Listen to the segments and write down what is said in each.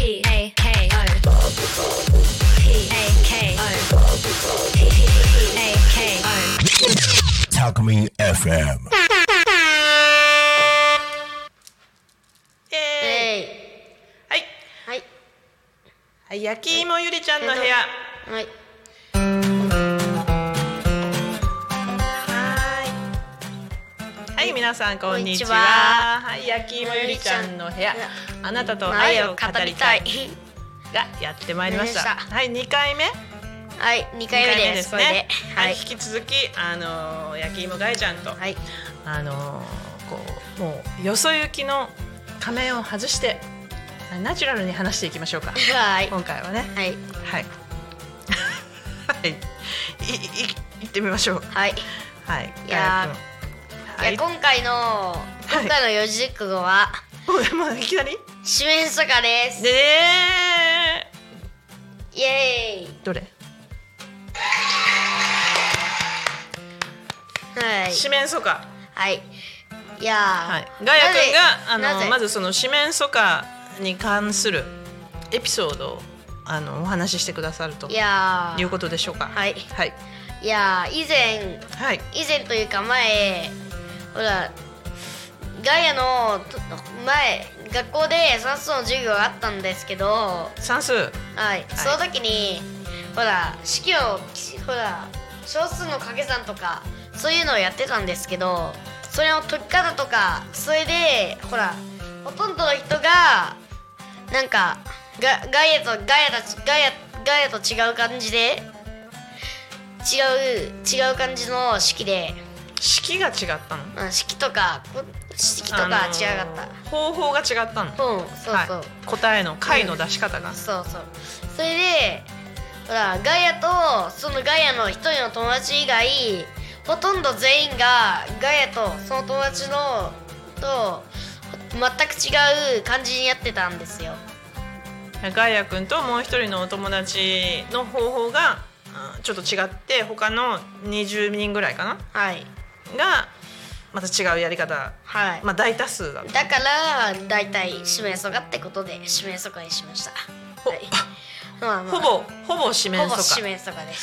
Talkme FM。 はい、焼き芋ゆりちゃんの部屋。はい。はい、皆さんこんにちは。はい、焼き芋ゆりちゃんの部屋。あなたと愛を語りたいがやってまいりました。はい、2回目。 はい、2回目ですね。 はい、引き続き焼き芋がいちゃんと、はい、こうもうよそ行きの仮面を外してナチュラルに話していきましょうか。 はい。 今回はね。 はい。 はい。はい。行ってみましょう。 はい。 はい。 いや今回の四字熟語は、 もういきなり四面楚歌です。イエーイ。 どれ？ はい。 四面楚歌。 はい。いやはい。ガヤ君がまずその四面楚歌に関するエピソードをお話ししてくださるということでしょうか。 はい。 はい。 いや以前というか前、ほらガヤの前学校で算数の授業があったんですけど、 算数、 はい、その時にほら式を小数の掛け算とかそういうのをやってたんですけど、それの解き方とか、それでほらほとんどの人がなんかガヤと違う感じで違う感じの式で、 式が違ったの？ 式とか違かった、 方法が違ったの？ そうそう、 はい、答えの解の出し方が、 そうそれでほらガヤとそのガヤの一人の友達以外ほとんど全員がガヤとその友達のと全く違う感じにやってたんですよ。 ガヤ君ともう一人のお友達の方法がちょっと違って、他の20人ぐらいかな、 はい、 がまた違うやり方、 はい、 まあ大多数だった。 だから大体四面楚歌ってことで四面楚歌にしました。はい、 ほぼ四面楚歌。 ほぼ四面楚歌です。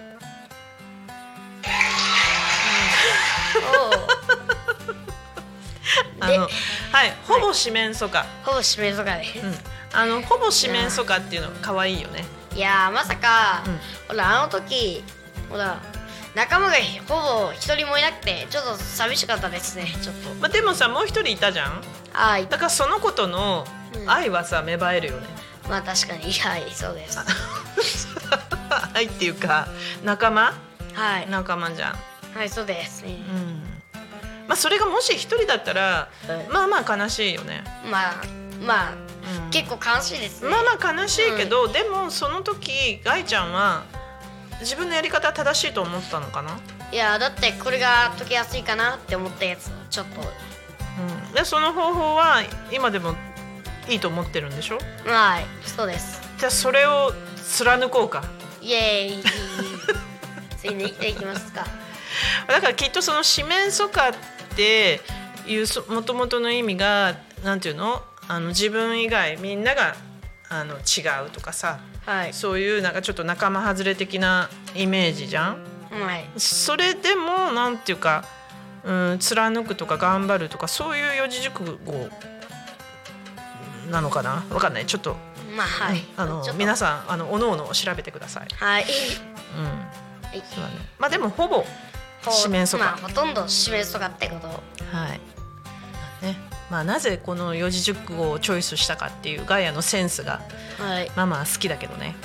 はい、ほぼ四面楚歌。 ほぼ四面楚歌です。 ほぼ四面楚歌っていうの可愛いよね。 いやまさか、ほら時ほら仲間がほぼ一人もいなくてちょっと寂しかったですね。ちょっと、 まあ、でもさもう一人いたじゃん。だからその子との愛はさ、芽生えるよね。まあ確かに、はい、そうです。 愛っていうか仲間、 はい、 仲間じゃん。 はい、そうですね。 まあそれがもし一人だったら、まあまあ悲しいよね。 まあ、結構悲しいですね。 まあまあ悲しいけど、でもその時ガイちゃんは自分のやり方は正しいと思ったのかな。 いやだってこれが解きやすいかなって思ったやつちょっと、 でその方法は今でもいいと思ってるんでしょ。 はい、そうです。 じゃあそれを貫こうか。 イエーイ。次にいきますか。 だからきっとその四面楚歌っていう元々の意味がなんていうの、自分以外みんなが違うとかさ、はい、そういうなんかちょっと仲間外れ的なイメージじゃん。 はい、 それでもなんていうか、貫くとか頑張るとかそういう四字熟語なのかな、分かんない。ちょっと、 まあはい、 皆さんおのおの調べてください。 はい。 そうだね。まあでもほぼ四面楚歌、 まあほとんど四面楚歌ってこと。 はいね。まあなぜこの四字熟語をチョイスしたかっていうガヤのセンスが、はい、まあまあ好きだけどね。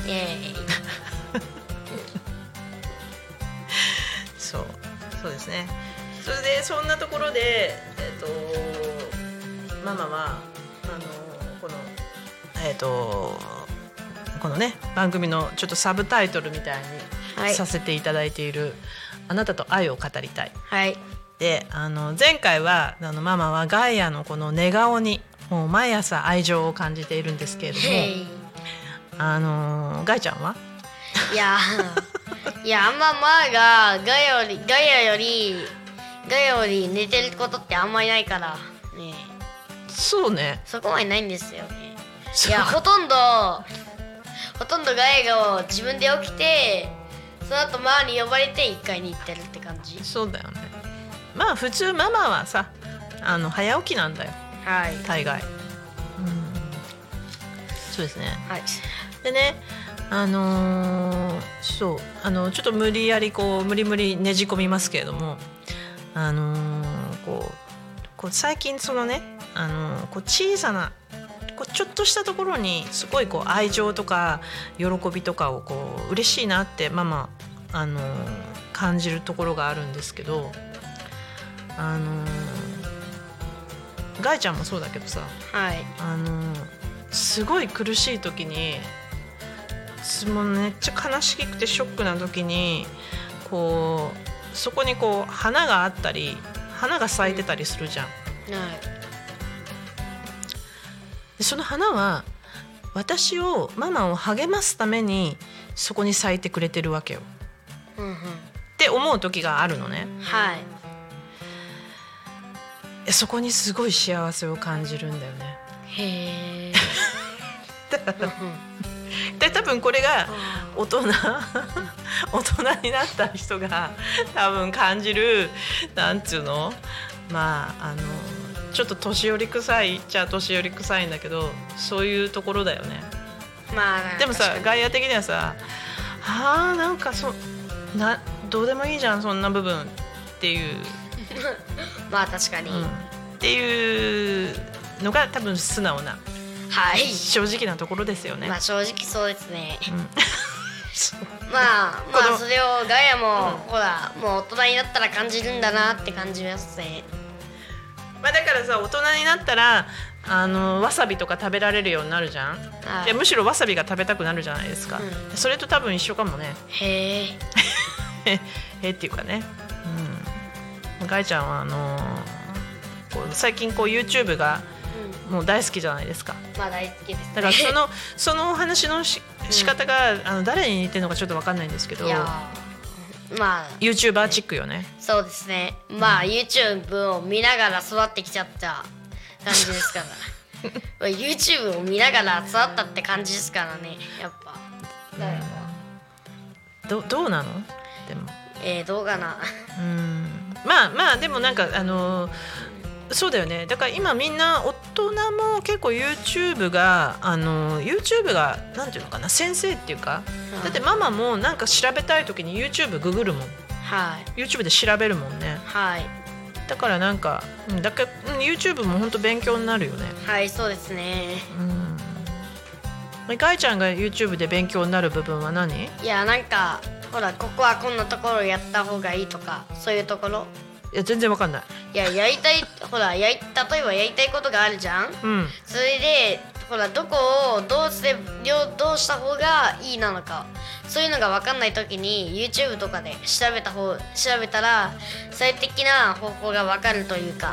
そうですね。それでそんなところでママはこのね番組のちょっとサブタイトルみたいにさせていただいている、あなたと愛を語りたい。 はい。 で前回はママはガイアのこの寝顔にもう毎朝愛情を感じているんですけれども、ガイちゃんはいやあんまがガヤより寝てることってあんまりないからね。 そうね。 そこまでないんですよね。 いやほとんどガヤが自分で起きて、その後ママに呼ばれて1階に行ってるって感じ。 そうだよね。まあ普通ママはさ早起きなんだよ、 はい、 大概。そうですね。 はい。 でね、そうちょっと無理やり無理ねじ込みますけれども、最近そのね小さなちょっとしたところにすごい愛情とか喜びとかを嬉しいなってママ感じるところがあるんですけど、ガイちゃんもそうだけどさ、 はい、 すごい苦しい時にもうめっちゃ悲しくてショックな時にそこに花があったり花が咲いてたりするじゃん、はい、でその花はママを励ますためにそこに咲いてくれてるわけよ、って思う時があるのね。 はい。 そこにすごい幸せを感じるんだよね。 へで多分これが大人になった人が多分感じるなんつうの、ちょっと年寄り臭いっちゃ年寄り臭いんだけど、そういうところだよね。でもさガイア的にはさなんかどうでもいいじゃんそんな部分っていうまあ確かに、 っていうのが多分素直な、 はい、 正直なところですよね。 まあ正直そうですね、まあそれをガヤも、ほらもう大人になったら感じるんだなって感じますね。 だからさ大人になったらわさびとか食べられるようになるじゃん、でむしろわさびが食べたくなるじゃないですか、それと多分一緒かもね。 へえっていうかね、ガイちゃんは最近YouTube がもう大好きじゃないですか。 まあ大好きですね。 だからそのお話の仕方が、誰に似てるのかちょっと分かんないんですけど、YouTuber チックよね。 そうですね。YouTube を見ながら育ってきちゃった感じですからYouTube を見ながら育ったって感じですからね、やっぱ。 どうなのでも。 どうかな。 でもなんかそうだよね。だから今みんな大人も結構 YouTube がなんていうのかな、先生っていうか、だってママもなんか調べたい時に YouTube ググるもん、 はい、 YouTube で調べるもんね。 はい。 だからなんかだから YouTube も本当勉強になるよね。 はい、そうですね。 ガイちゃんが YouTube で勉強になる部分は何？ いやなんかほらここはこんなところやった方がいいとかそういうところ。 いや全然わかんない。 いや例えばやりたいことがあるじゃん、それでほらどこをどうした方がいいなのか、そういうのが分かんない時に YouTube とかで調べたら最適な方法が分かるというか。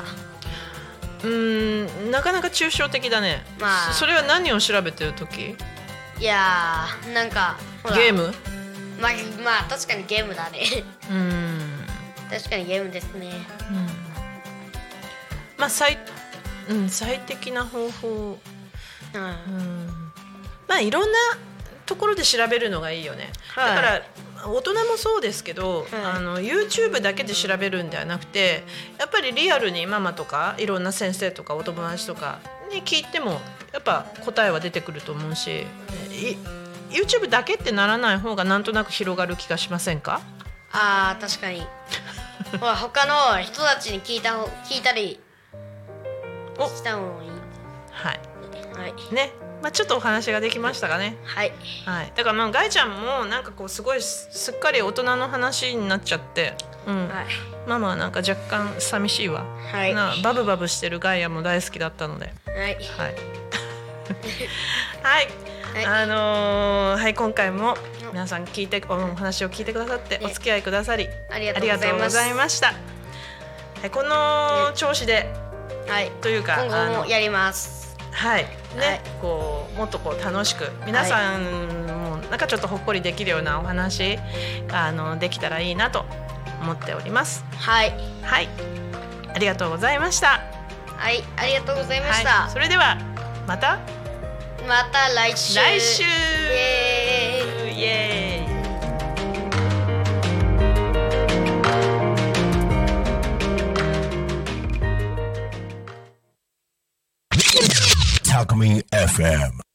なかなか抽象的だね。それは何を調べてる時？ いやなんかゲーム？ まあ確かにゲームだね確かにゲームですね。 最適な方法、いろんなところで調べるのがいいよね、だから大人もそうですけど、YouTube だけで調べるんではなくて、やっぱりリアルにママとかいろんな先生とかお友達とかに聞いてもやっぱ答えは出てくると思うし、YouTube だけってならない方がなんとなく広がる気がしませんか？ 確かにほら他の人たちに聞いたりした方がいい。 はいね、ちょっとお話ができましたかね。 はい、 だからガイちゃんもなんかすごいすっかり大人の話になっちゃって、ママはなんか若干寂しいわ、バブバブしてるガイアも大好きだったので、今回も皆さんお話を聞いてくださってお付き合いくださりありがとうございました。この調子で、というか今後もやります。 もっと楽しく皆さんもなんかちょっとほっこりできるようなお話できたらいいなと思っております。ありがとうございました。 ありがとうございました。 それではまたまた来週。 来週イエーイ。 イエーイ。 Talk Me FM